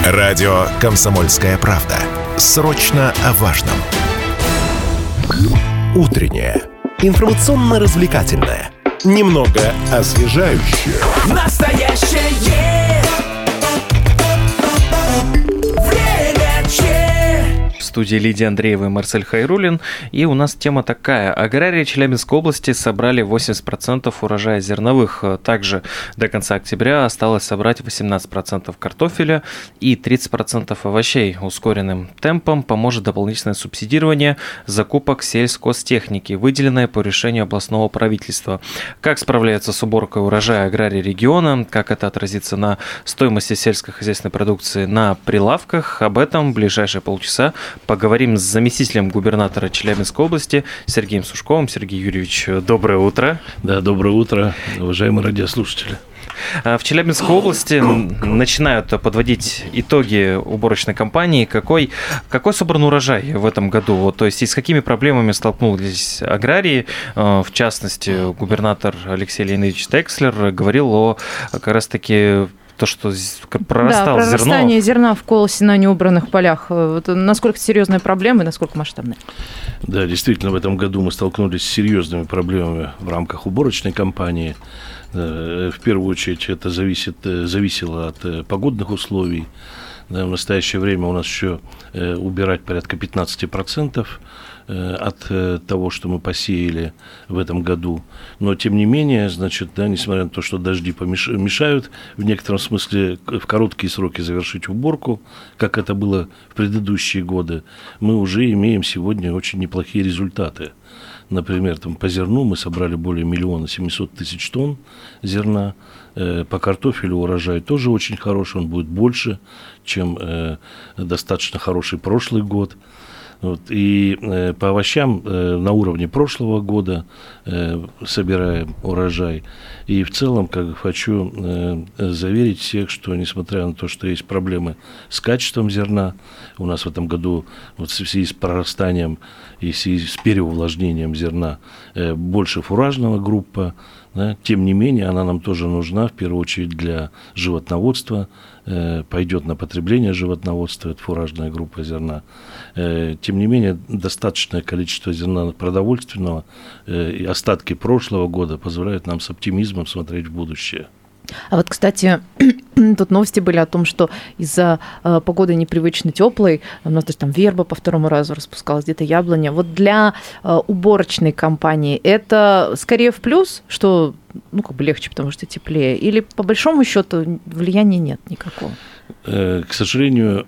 Радио «Комсомольская правда». Срочно о важном. Утреннее. Информационно-развлекательное. Немного освежающее. Настоящее. Время Че. В студии Лидия Андреева и Марсель Хайруллин. И у нас тема такая. Аграрии Челябинской области собрали 80% урожая зерновых. Также до конца октября осталось собрать 18% картофеля и 30% овощей. Ускоренным темпом поможет дополнительное субсидирование закупок сельскостехники, выделенное по решению областного правительства. Как справляются с уборкой урожая аграрии региона, как это отразится на стоимости сельскохозяйственной продукции на прилавках, об этом в ближайшие полчаса поговорим с заместителем губернатора Челябинской области Сергеем Сушковым. Сергей Юрьевич, доброе утро. Да, доброе утро, уважаемые радиослушатели. В Челябинской области начинают подводить итоги уборочной кампании. Какой собран урожай в этом году? То есть и с какими проблемами столкнулись аграрии? В частности, губернатор Алексей Леонидович Текслер говорил о как раз-таки то, что прорастало зерно. Прорастание зерна в колосе на неубранных полях. Вот насколько серьезная проблема и насколько масштабная? Да, действительно, в этом году мы столкнулись с серьезными проблемами в рамках уборочной кампании. В первую очередь это зависело от погодных условий. В настоящее время у нас еще убирать порядка 15% от того, что мы посеяли в этом году. Но, тем не менее, несмотря на то, что дожди мешают в некотором смысле в короткие сроки завершить уборку, как это было в предыдущие годы, мы уже имеем сегодня очень неплохие результаты. Например, по зерну мы собрали более 1 700 000 тонн зерна. По картофелю урожай тоже очень хороший, он будет больше, чем достаточно хороший прошлый год. И по овощам на уровне прошлого года собираем урожай. И в целом, хочу заверить всех, что несмотря на то, что есть проблемы с качеством зерна, у нас в этом году в связи с прорастанием и в связи с переувлажнением зерна больше фуражного группа, тем не менее, она нам тоже нужна, в первую очередь, для животноводства, пойдет на потребление животноводства, это фуражная группа зерна. Тем не менее, достаточное количество зерна продовольственного и остатки прошлого года позволяют нам с оптимизмом смотреть в будущее. А вот, кстати, тут новости были о том, что из-за погоды непривычно теплой, у нас там верба по второму разу распускалась, где-то яблоня. Вот для уборочной кампании это скорее в плюс, что легче, потому что теплее, или по большому счету влияния нет никакого? К сожалению,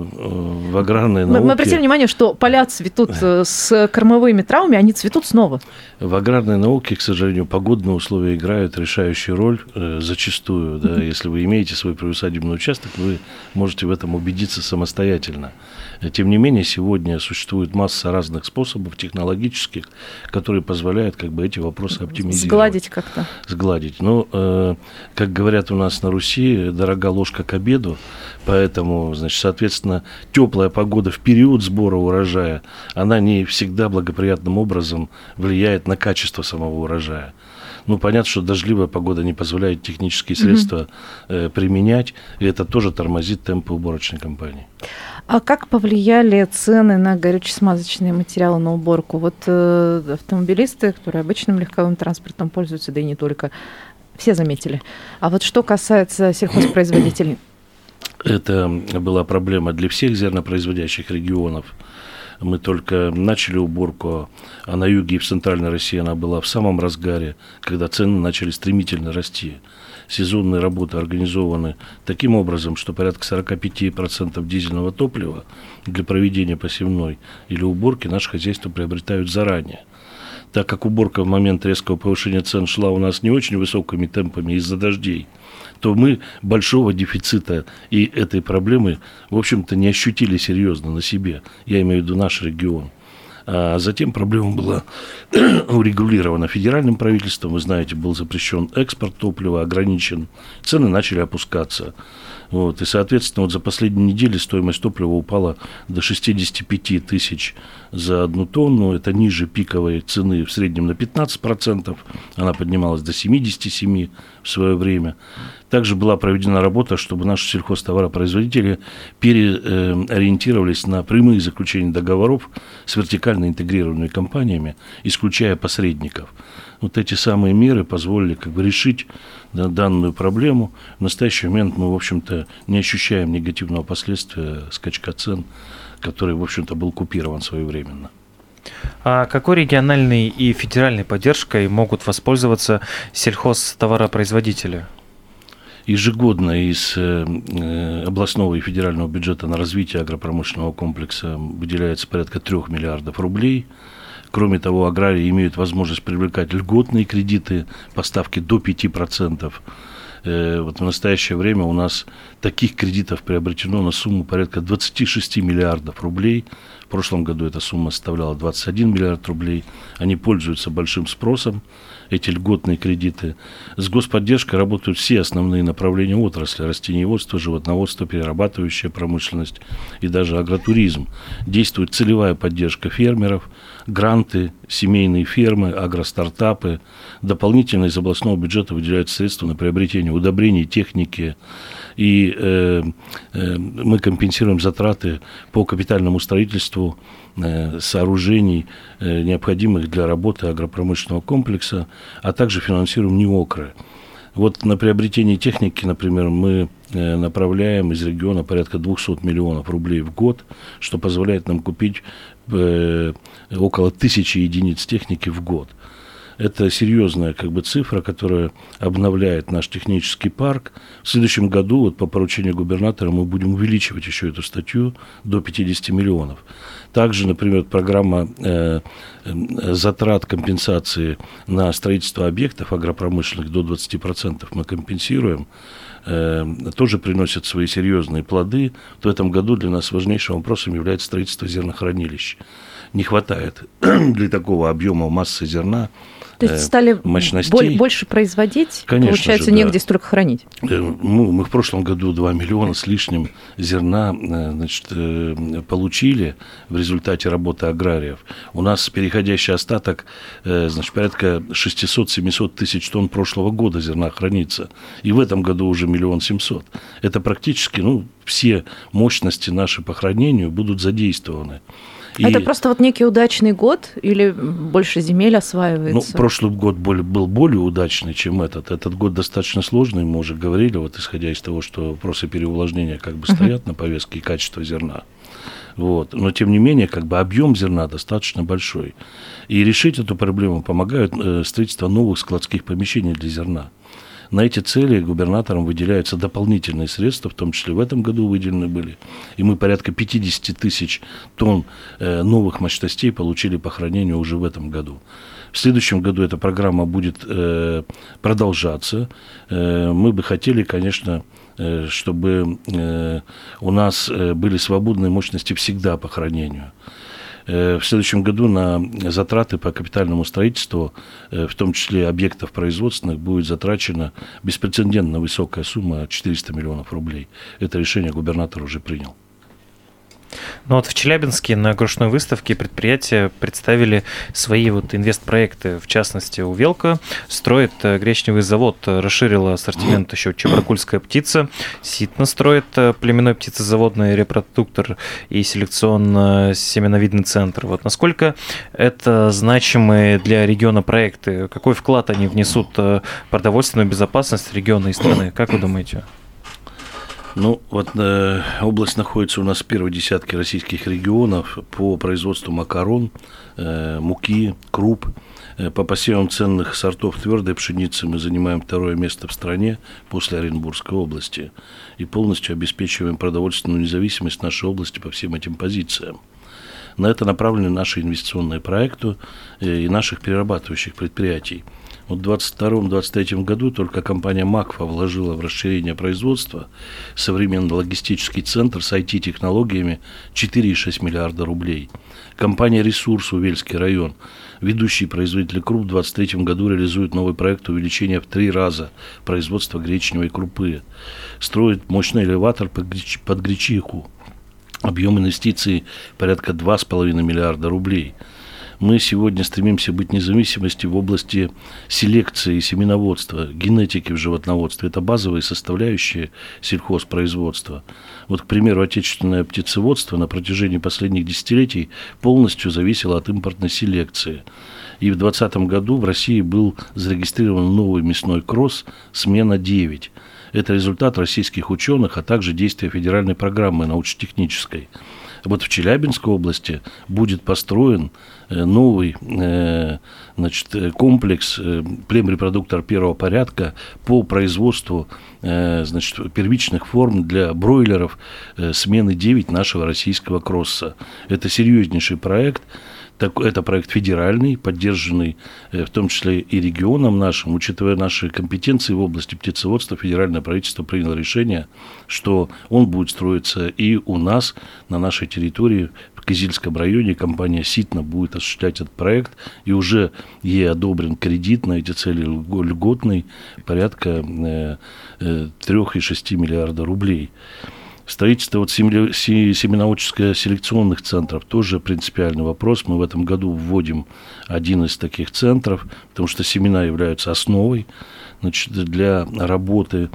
в аграрной науке... Мы обратили внимание, что поля цветут с кормовыми травмами, они цветут снова. В аграрной науке, к сожалению, погодные условия играют решающую роль зачастую. Да, если вы имеете свой приусадебный участок, вы можете в этом убедиться самостоятельно. Тем не менее, сегодня существует масса разных способов технологических, которые позволяют эти вопросы оптимизировать. Сгладить как-то. Сгладить. Но, как говорят у нас на Руси, дорога ложка к обеду. Поэтому, соответственно, теплая погода в период сбора урожая, она не всегда благоприятным образом влияет на качество самого урожая. Понятно, что дождливая погода не позволяет технические средства применять, и это тоже тормозит темпы уборочной кампании. А как повлияли цены на горюче-смазочные материалы на уборку? Автомобилисты, которые обычным легковым транспортом пользуются, да и не только, все заметили. А вот что касается сельхозпроизводителей? Это была проблема для всех зернопроизводящих регионов. Мы только начали уборку, а на юге и в центральной России она была в самом разгаре, когда цены начали стремительно расти. Сезонные работы организованы таким образом, что порядка 45% дизельного топлива для проведения посевной или уборки наши хозяйства приобретают заранее. Так как уборка в момент резкого повышения цен шла у нас не очень высокими темпами из-за дождей, то мы большого дефицита и этой проблемы, в общем-то, не ощутили серьезно на себе. Я имею в виду наш регион. А затем проблема была урегулирована федеральным правительством. Вы знаете, был запрещен экспорт топлива, ограничен. Цены начали опускаться. Вот, и, соответственно, вот за последние недели стоимость топлива упала до 65 тысяч за 1 тонну. Это ниже пиковой цены в среднем на 15%. Она поднималась до 77 в свое время. Также была проведена работа, чтобы наши сельхозтоваропроизводители переориентировались на прямые заключения договоров с вертикально интегрированными компаниями, исключая посредников. Вот эти самые меры позволили решить данную проблему. В настоящий момент мы, в общем-то, не ощущаем негативного последствия скачка цен, который, в общем-то, был купирован своевременно. А какой региональной и федеральной поддержкой могут воспользоваться сельхозтоваропроизводители? Ежегодно из областного и федерального бюджета на развитие агропромышленного комплекса выделяется порядка 3 миллиардов рублей. Кроме того, аграрии имеют возможность привлекать льготные кредиты по ставке до 5%. Вот в настоящее время у нас таких кредитов приобретено на сумму порядка 26 миллиардов рублей. В прошлом году эта сумма составляла 21 миллиард рублей. Они пользуются большим спросом, эти льготные кредиты. С господдержкой работают все основные направления отрасли: растениеводство, животноводство, перерабатывающая промышленность и даже агротуризм. Действует целевая поддержка фермеров, гранты, семейные фермы, агростартапы. Дополнительно из областного бюджета выделяются средства на приобретение удобрений, техники. И мы компенсируем затраты по капитальному строительству сооружений, необходимых для работы агропромышленного комплекса, а также финансируем НИОКРы. Вот на приобретение техники, например, мы направляем из региона порядка 200 миллионов рублей в год, что позволяет нам купить около 1000 единиц техники в год. Это серьезная цифра, которая обновляет наш технический парк. В следующем году, вот по поручению губернатора, мы будем увеличивать еще эту статью до 50 миллионов. Также, например, программа затрат компенсации на строительство объектов агропромышленных до 20% мы компенсируем. Тоже приносят свои серьезные плоды. В этом году для нас важнейшим вопросом является строительство зернохранилищ. Не хватает для такого объема массы зерна. То есть стали мощностей. Больше производить, конечно получается, же, негде да. столько хранить. Мы в прошлом году 2 миллиона с лишним зерна получили в результате работы аграриев. У нас переходящий остаток, порядка 600-700 тысяч тонн прошлого года зерна хранится. И в этом году уже 1 700 000. Это практически все мощности наши по хранению будут задействованы. Это просто некий удачный год или больше земель осваивается? Прошлый год был более удачный, чем этот. Этот год достаточно сложный, мы уже говорили, исходя из того, что вопросы переувлажнения стоят на повестке и качество зерна. Вот. Но, тем не менее, объем зерна достаточно большой. И решить эту проблему помогает строительство новых складских помещений для зерна. На эти цели губернаторам выделяются дополнительные средства, в том числе в этом году выделены были. И мы порядка 50 тысяч тонн новых мощностей получили по хранению уже в этом году. В следующем году эта программа будет продолжаться. Мы бы хотели, конечно, чтобы у нас были свободные мощности всегда по хранению. В следующем году на затраты по капитальному строительству, в том числе объектов производственных, будет затрачена беспрецедентно высокая сумма 400 миллионов рублей. Это решение губернатор уже принял. В Челябинске на агрошной выставке предприятия представили свои инвестпроекты. В частности, Увелка строит гречневый завод, расширила ассортимент еще Чебаркульская птица, Ситно строит племенной птицезаводный репродуктор и селекционно-семеновидный центр. Насколько это значимые для региона проекты? Какой вклад они внесут в продовольственную безопасность региона и страны? Как вы думаете? Область находится у нас в первой десятке российских регионов по производству макарон, муки, круп. По посевам ценных сортов твердой пшеницы мы занимаем 2-е место в стране после Оренбургской области и полностью обеспечиваем продовольственную независимость нашей области по всем этим позициям. На это направлены наши инвестиционные проекты и наших перерабатывающих предприятий. Вот в 2022-2023 году только компания МАКФА вложила в расширение производства современный логистический центр с IT-технологиями 4,6 миллиарда рублей. Компания «Ресурс», Увельский район, ведущий производитель круп, в 2023 году реализует новый проект увеличения в 3 раза производства гречневой крупы. Строит мощный элеватор под гречиху. Объем инвестиций порядка 2,5 миллиарда рублей. Мы сегодня стремимся быть независимостью в области селекции и семеноводства, генетики в животноводстве. Это базовые составляющие сельхозпроизводства. Вот, к примеру, отечественное птицеводство на протяжении последних десятилетий полностью зависело от импортной селекции. И в 2020 году в России был зарегистрирован новый мясной кросс «Смена-9». Это результат российских ученых, а также действия федеральной программы научно-технической. Вот в Челябинской области будет построен новый комплекс племрепродуктор первого порядка по производству первичных форм для бройлеров «Смены-9» нашего российского кросса. Это серьезнейший проект. Это проект федеральный, поддержанный в том числе и регионом нашим. Учитывая наши компетенции в области птицеводства, федеральное правительство приняло решение, что он будет строиться и у нас, на нашей территории, в Кизильском районе. Компания «Ситна» будет осуществлять этот проект, и уже ей одобрен кредит на эти цели льготный, порядка 3,6 миллиарда рублей. Строительство семеноводческо-селекционных центров тоже принципиальный вопрос. Мы в этом году вводим один из таких центров, потому что семена являются основой для работы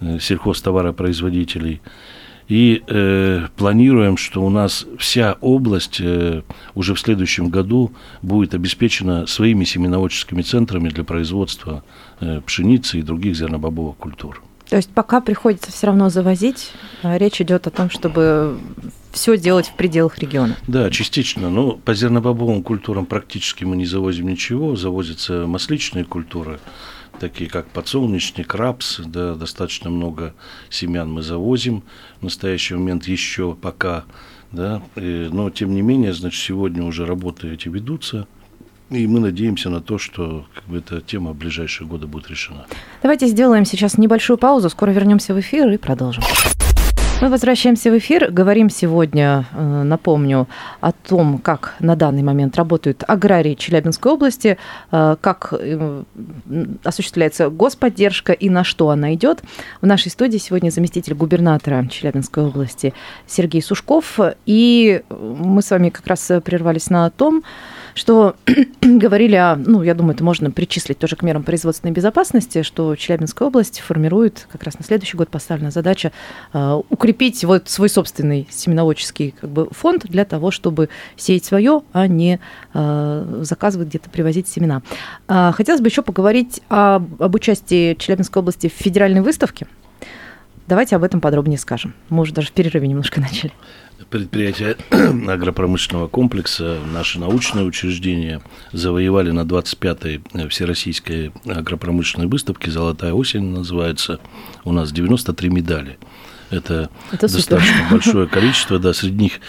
сельхозтоваропроизводителей. И планируем, что у нас вся область уже в следующем году будет обеспечена своими семеноводческими центрами для производства пшеницы и других зернобобовых культур. То есть пока приходится все равно завозить, речь идет о том, чтобы все делать в пределах региона. Да, частично. Но по зернобобовым культурам практически мы не завозим ничего. Завозятся масличные культуры, такие как подсолнечник, рапс. Да, достаточно много семян мы завозим. В настоящий момент еще пока. Да, но тем не менее, сегодня уже работы эти ведутся. И мы надеемся на то, что эта тема в ближайшие годы будет решена. Давайте сделаем сейчас небольшую паузу, скоро вернемся в эфир и продолжим. Мы возвращаемся в эфир. Говорим сегодня, напомню, о том, как на данный момент работают аграрии Челябинской области, как осуществляется господдержка и на что она идет. В нашей студии сегодня заместитель губернатора Челябинской области Сергей Сушков. И мы с вами как раз прервались на том, что говорили о, я думаю, это можно причислить тоже к мерам производственной безопасности, что Челябинская область формирует, как раз на следующий год поставлена задача укрепить свой собственный семеноводческий фонд для того, чтобы сеять свое, а не заказывать где-то, привозить семена. Хотелось бы еще поговорить об участии Челябинской области в федеральной выставке. Давайте об этом подробнее скажем. Мы уже даже в перерыве немножко начали. Предприятия агропромышленного комплекса, наши научные учреждения завоевали на 25-й Всероссийской агропромышленной выставке «Золотая осень» называется. У нас 93 медали. Это достаточно большое количество. Да, среди них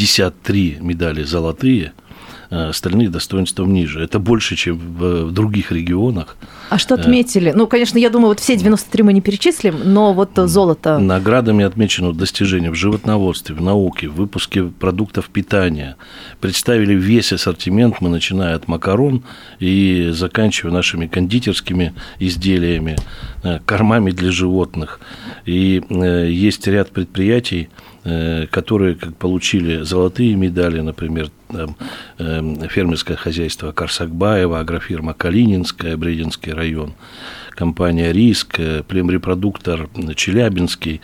53 медали золотые, остальные достоинством ниже. Это больше, чем в других регионах. А что отметили? Конечно, я думаю, все 93 мы не перечислим, но золото... Наградами отмечено достижения в животноводстве, в науке, в выпуске продуктов питания. Представили весь ассортимент, мы начиная от макарон и заканчивая нашими кондитерскими изделиями, кормами для животных. И есть ряд предприятий, которые получили золотые медали, например, фермерское хозяйство Карсакбаева, агрофирма Калининская, Брединский район, компания «Риск», племрепродуктор Челябинский,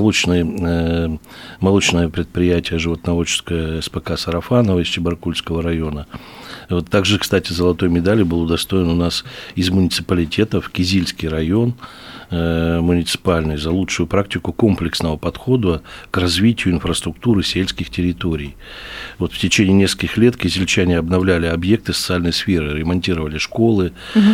молочное предприятие животноводческое СПК Сарафаново из Чебаркульского района. Также, кстати, золотой медали был удостоен у нас из муниципалитетов Кизильский район, муниципальный, за лучшую практику комплексного подхода к развитию инфраструктуры сельских территорий. В течение нескольких лет кизильчане обновляли объекты социальной сферы, ремонтировали школы,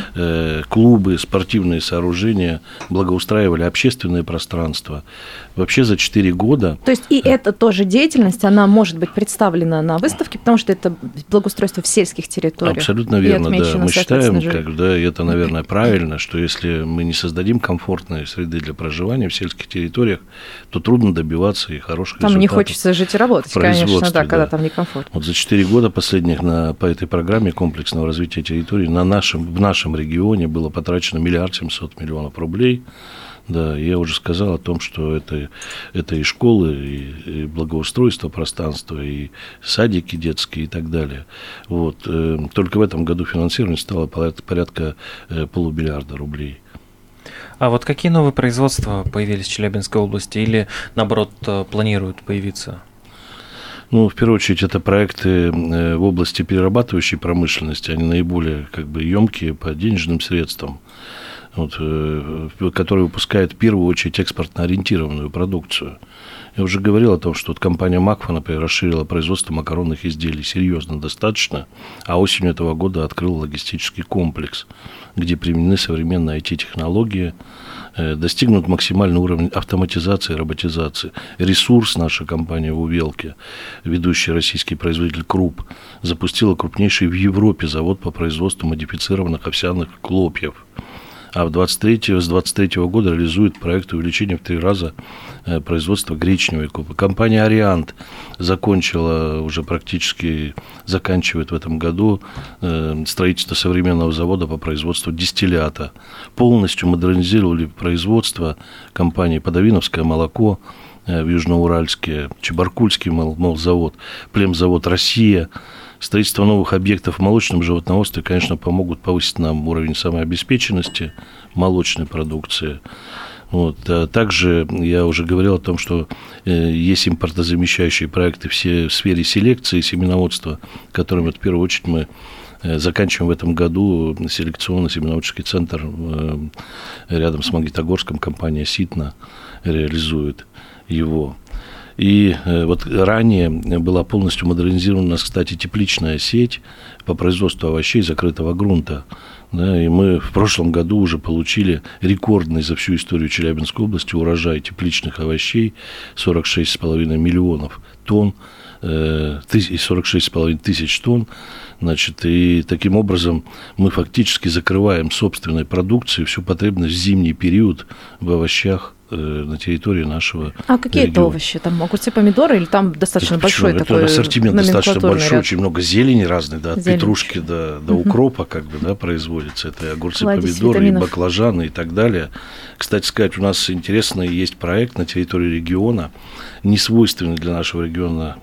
клубы, спортивные сооружения, благоустраивали общественное пространство. Вообще за 4 года... То есть и эта тоже деятельность, она может быть представлена на выставке, потому что это благоустройство в сельских сельских территориях. Абсолютно верно, да. Мы считаем, и это, наверное, правильно, что если мы не создадим комфортные среды для проживания в сельских территориях, то трудно добиваться и хороших результатов. Там не хочется жить и работать, конечно, да, когда там некомфортно. Вот за 4 года последних по этой программе комплексного развития территорий в нашем регионе было потрачено 1 700 000 000 рублей. Да, я уже сказал о том, что это и школы, и благоустройство пространства, и садики детские и так далее. Вот. Только в этом году финансирование стало порядка 500 000 000 рублей. А вот какие новые производства появились в Челябинской области или, наоборот, планируют появиться? Ну, в первую очередь, это проекты в области перерабатывающей промышленности, они наиболее емкие по денежным средствам. Который выпускает в первую очередь экспортно ориентированную продукцию. Я уже говорил о том, что компания Макфа, например, расширила производство макаронных изделий серьезно достаточно, а осенью этого года открыла логистический комплекс, где применены современные IT-технологии, достигнут максимальный уровень автоматизации и роботизации. Ресурс наша компания в Увелке, ведущий российский производитель круп, запустила крупнейший в Европе завод по производству модифицированных овсяных хлопьев. А с 23 года реализует проект увеличения в 3 раза производства гречневой крупы. Компания «Ариант» заканчивает в этом году строительство современного завода по производству дистиллята. Полностью модернизировали производство компании «Подовиновское молоко» в Южноуральске, Чебаркульский молзавод, Племзавод «Россия». Строительство новых объектов в молочном животноводстве, конечно, помогут повысить нам уровень самообеспеченности молочной продукции. Вот. А также я уже говорил о том, что есть импортозамещающие проекты в сфере селекции и семеноводства, которыми в первую очередь мы заканчиваем в этом году селекционно-семеноводческий центр рядом с Магнитогорском, компания «Ситна» реализует его. И вот ранее была полностью модернизирована у нас, кстати, тепличная сеть по производству овощей закрытого грунта. Да, и мы в прошлом году уже получили рекордный за всю историю Челябинской области урожай тепличных овощей 46,5 миллионов тонн, 46,5 тысяч тонн. Значит, и таким образом мы фактически закрываем собственной продукцией всю потребность в зимний период в овощах на территории нашего региона. А какие это овощи? Там огурцы, помидоры или там достаточно большой такой ассортимент достаточно большой, ряд? Очень много зелени разной, да, от петрушки до укропа производится. Это огурцы, помидоры, и баклажаны и так далее. Кстати сказать, у нас интересный есть проект на территории региона, не свойственный для нашего региона.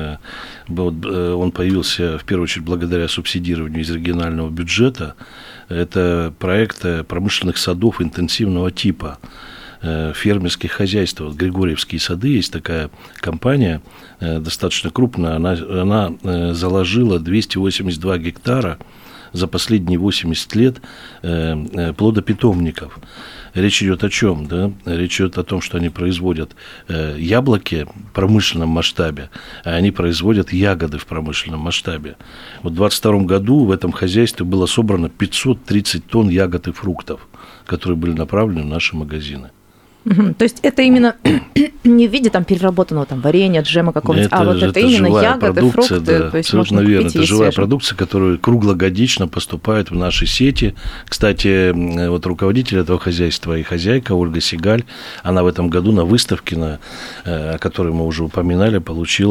Он появился, в первую очередь, благодаря субсидированию из регионального бюджета. Это проект промышленных садов интенсивного типа, фермерских хозяйств. Вот Григорьевские сады, есть такая компания, достаточно крупная, она заложила 282 гектара за последние 80 лет плодопитомников. Речь идет о чем? Да? Речь идет о том, что они производят яблоки в промышленном масштабе, а они производят ягоды в промышленном масштабе. Вот в 2022 году в этом хозяйстве было собрано 530 тонн ягод и фруктов, которые были направлены в наши магазины. То есть это именно не в виде переработанного варенья, джема какого-нибудь, а вот это именно ягоды, фрукты. Да, то есть абсолютно верно. Это живая продукция, которая круглогодично поступает в наши сети. Кстати, вот руководитель этого хозяйства и хозяйка Ольга Сигаль, она в этом году на выставке, о которой мы уже упоминали,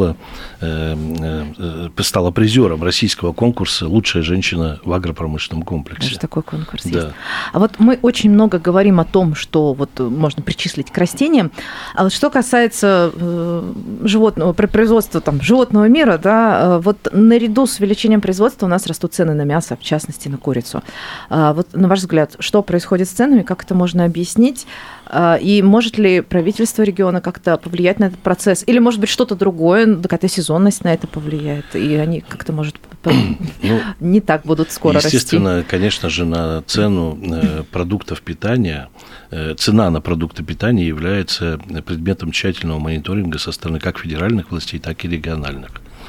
стала призером российского конкурса «Лучшая женщина в агропромышленном комплексе». Даже такой конкурс есть. А вот мы очень много говорим о том, что вот можно причислить к растениям. А вот что касается животного, производства животного мира, да, вот наряду с увеличением производства у нас растут цены на мясо, в частности, на курицу. Вот, на ваш взгляд, что происходит с ценами, как это можно объяснить? И может ли правительство региона как-то повлиять на этот процесс? Или, может быть, что-то другое, какая-то сезонность на это повлияет, и они как-то, может, не так будут скоро расти? Естественно, конечно же, на цену продуктов питания, цена на продукты питания является предметом тщательного мониторинга со стороны как федеральных властей, так и региональных.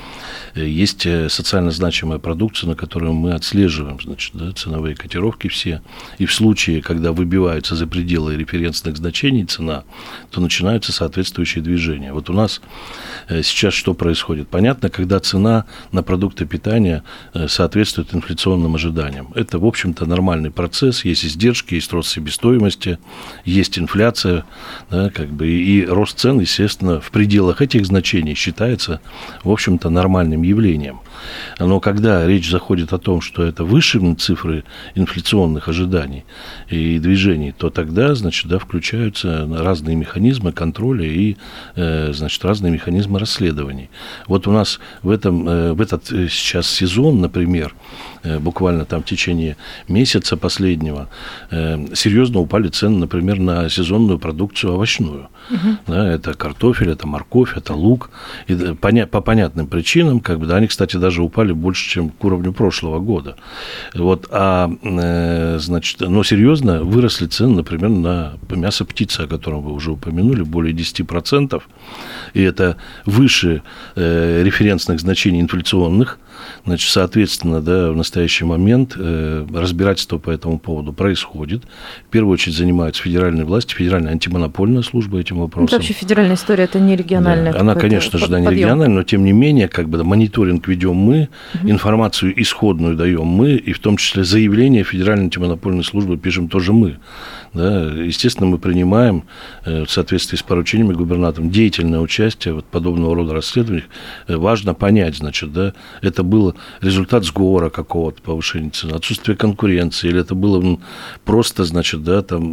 есть социально значимая продукция, на которую мы отслеживаем, значит, да, ценовые котировки все. И в случае, когда выбиваются за пределы референсных значений цена, то начинаются соответствующие движения. Вот у нас сейчас что происходит? Понятно, когда цена на продукты питания соответствует инфляционным ожиданиям. Это, в общем-то, нормальный процесс. Есть издержки, есть рост себестоимости, есть инфляция, да, как бы, и рост цен, естественно, в пределах этих значений считается, в общем-то, нормальным явлением. Но когда речь заходит о том, что это выше цифры инфляционных ожиданий и движений, то тогда, значит, да, включаются разные механизмы контроля и, значит, разные механизмы расследований. Вот у нас в этот сейчас сезон, например, буквально там в течение месяца последнего, серьезно упали цены, например, на сезонную продукцию овощную. Да, это картофель, это морковь, это лук. И по понятным причинам, как бы, да, они, кстати, даже упали больше, чем к уровню прошлого года. Вот, значит, но серьезно выросли цены, например, на мясо птицы, о котором вы уже упомянули, более 10%. И это выше референсных значений инфляционных. Значит, соответственно, да, в настоящий момент разбирательство по этому поводу происходит. В первую очередь занимаются федеральные власти, федеральная антимонопольная служба этим вопросом. Это вообще федеральная история, это не региональная. Да, она, конечно же, да, не региональная, но тем не менее, как бы, да, мониторинг ведем мы, информацию исходную даем мы, и в том числе заявление федеральной антимонопольной службы пишем тоже мы. Да, естественно, мы принимаем в соответствии с поручениями губернатором деятельное участие в подобного рода расследованиях. Важно понять, значит, да, это был результат сговора какого-то, повышения цен, отсутствие конкуренции, или это было просто, значит, да, там,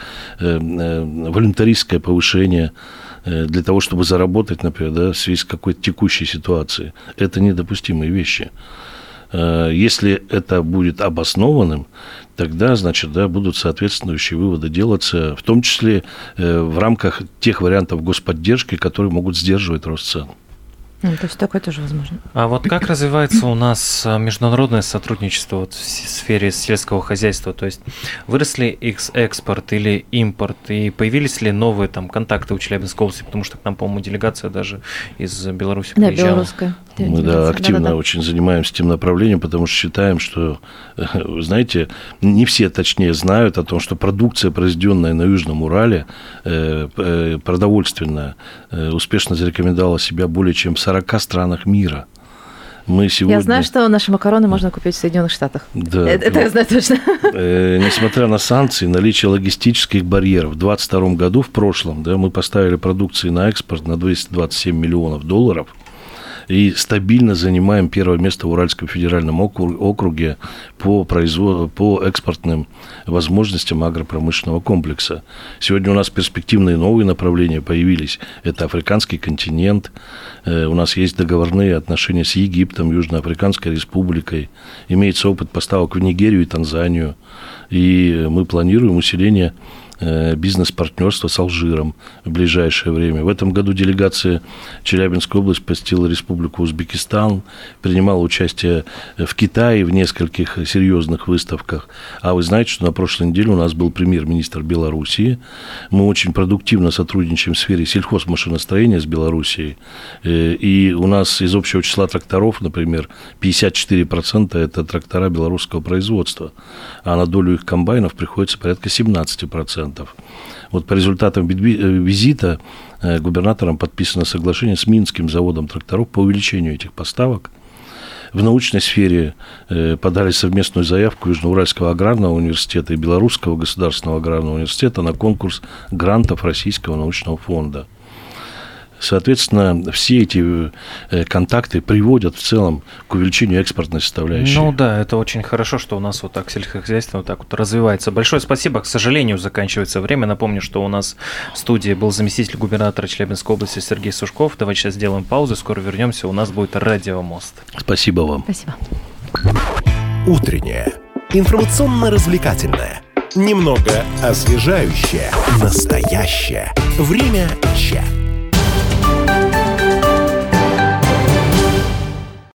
волюнтаристское повышение для того, чтобы заработать, например, да, в связи с какой-то текущей ситуацией. Это недопустимые вещи. Если это будет обоснованным, тогда, значит, да, будут соответствующие выводы делаться, в том числе в рамках тех вариантов господдержки, которые могут сдерживать рост цен. То есть такое тоже возможно. А вот как развивается у нас международное сотрудничество вот в сфере сельского хозяйства? То есть вырос ли экспорт или импорт? И появились ли новые там контакты у Челябинской области? Потому что к нам, по-моему, делегация даже из Беларуси приезжала. Да, белорусская. Мы, да, активно очень занимаемся этим направлением, потому что считаем, что, знаете, не все точнее знают о том, что продукция, произведенная на Южном Урале, продовольственная, успешно зарекомендовала себя более чем в 40 странах мира. Мы сегодня... Я знаю, что наши макароны можно купить в Соединенных Штатах. Да, это я знаю точно. Несмотря на санкции, наличие логистических барьеров, в 2022 году, в прошлом, да, мы поставили продукции на экспорт на $227 миллионов и стабильно занимаем первое место в Уральском федеральном округе по экспортным возможностям агропромышленного комплекса. Сегодня у нас перспективные новые направления появились. Это африканский континент. У нас есть договорные отношения с Египтом, Южноафриканской республикой. Имеется опыт поставок в Нигерию и Танзанию. И мы планируем усиление бизнес-партнерства с Алжиром в ближайшее время. В этом году делегация Челябинской области посетила Республику Узбекистан, принимала участие в Китае в нескольких серьезных выставках. А вы знаете, что на прошлой неделе у нас был премьер-министр Белоруссии. Мы очень продуктивно сотрудничаем в сфере сельхозмашиностроения с Белоруссией. И у нас из общего числа тракторов, например, 54% это трактора белорусского производства, а на долю их комбайнов приходится порядка 17%. Вот по результатам визита губернатором подписано соглашение с Минским заводом тракторов по увеличению этих поставок. В научной сфере подали совместную заявку Южноуральского аграрного университета и Белорусского государственного аграрного университета на конкурс грантов Российского научного фонда. Соответственно, все эти контакты приводят в целом к увеличению экспортной составляющей. Ну да, это очень хорошо, что у нас вот так сельскохозяйство вот так вот развивается. Большое спасибо. К сожалению, заканчивается время. Напомню, что у нас в студии был заместитель губернатора Челябинской области Сергей Сушков. Давайте сейчас сделаем паузу, скоро вернемся. У нас будет радиомост. Спасибо вам. Спасибо. Утреннее. Информационно-развлекательное. Немного освежающее. Настоящее. Время чат.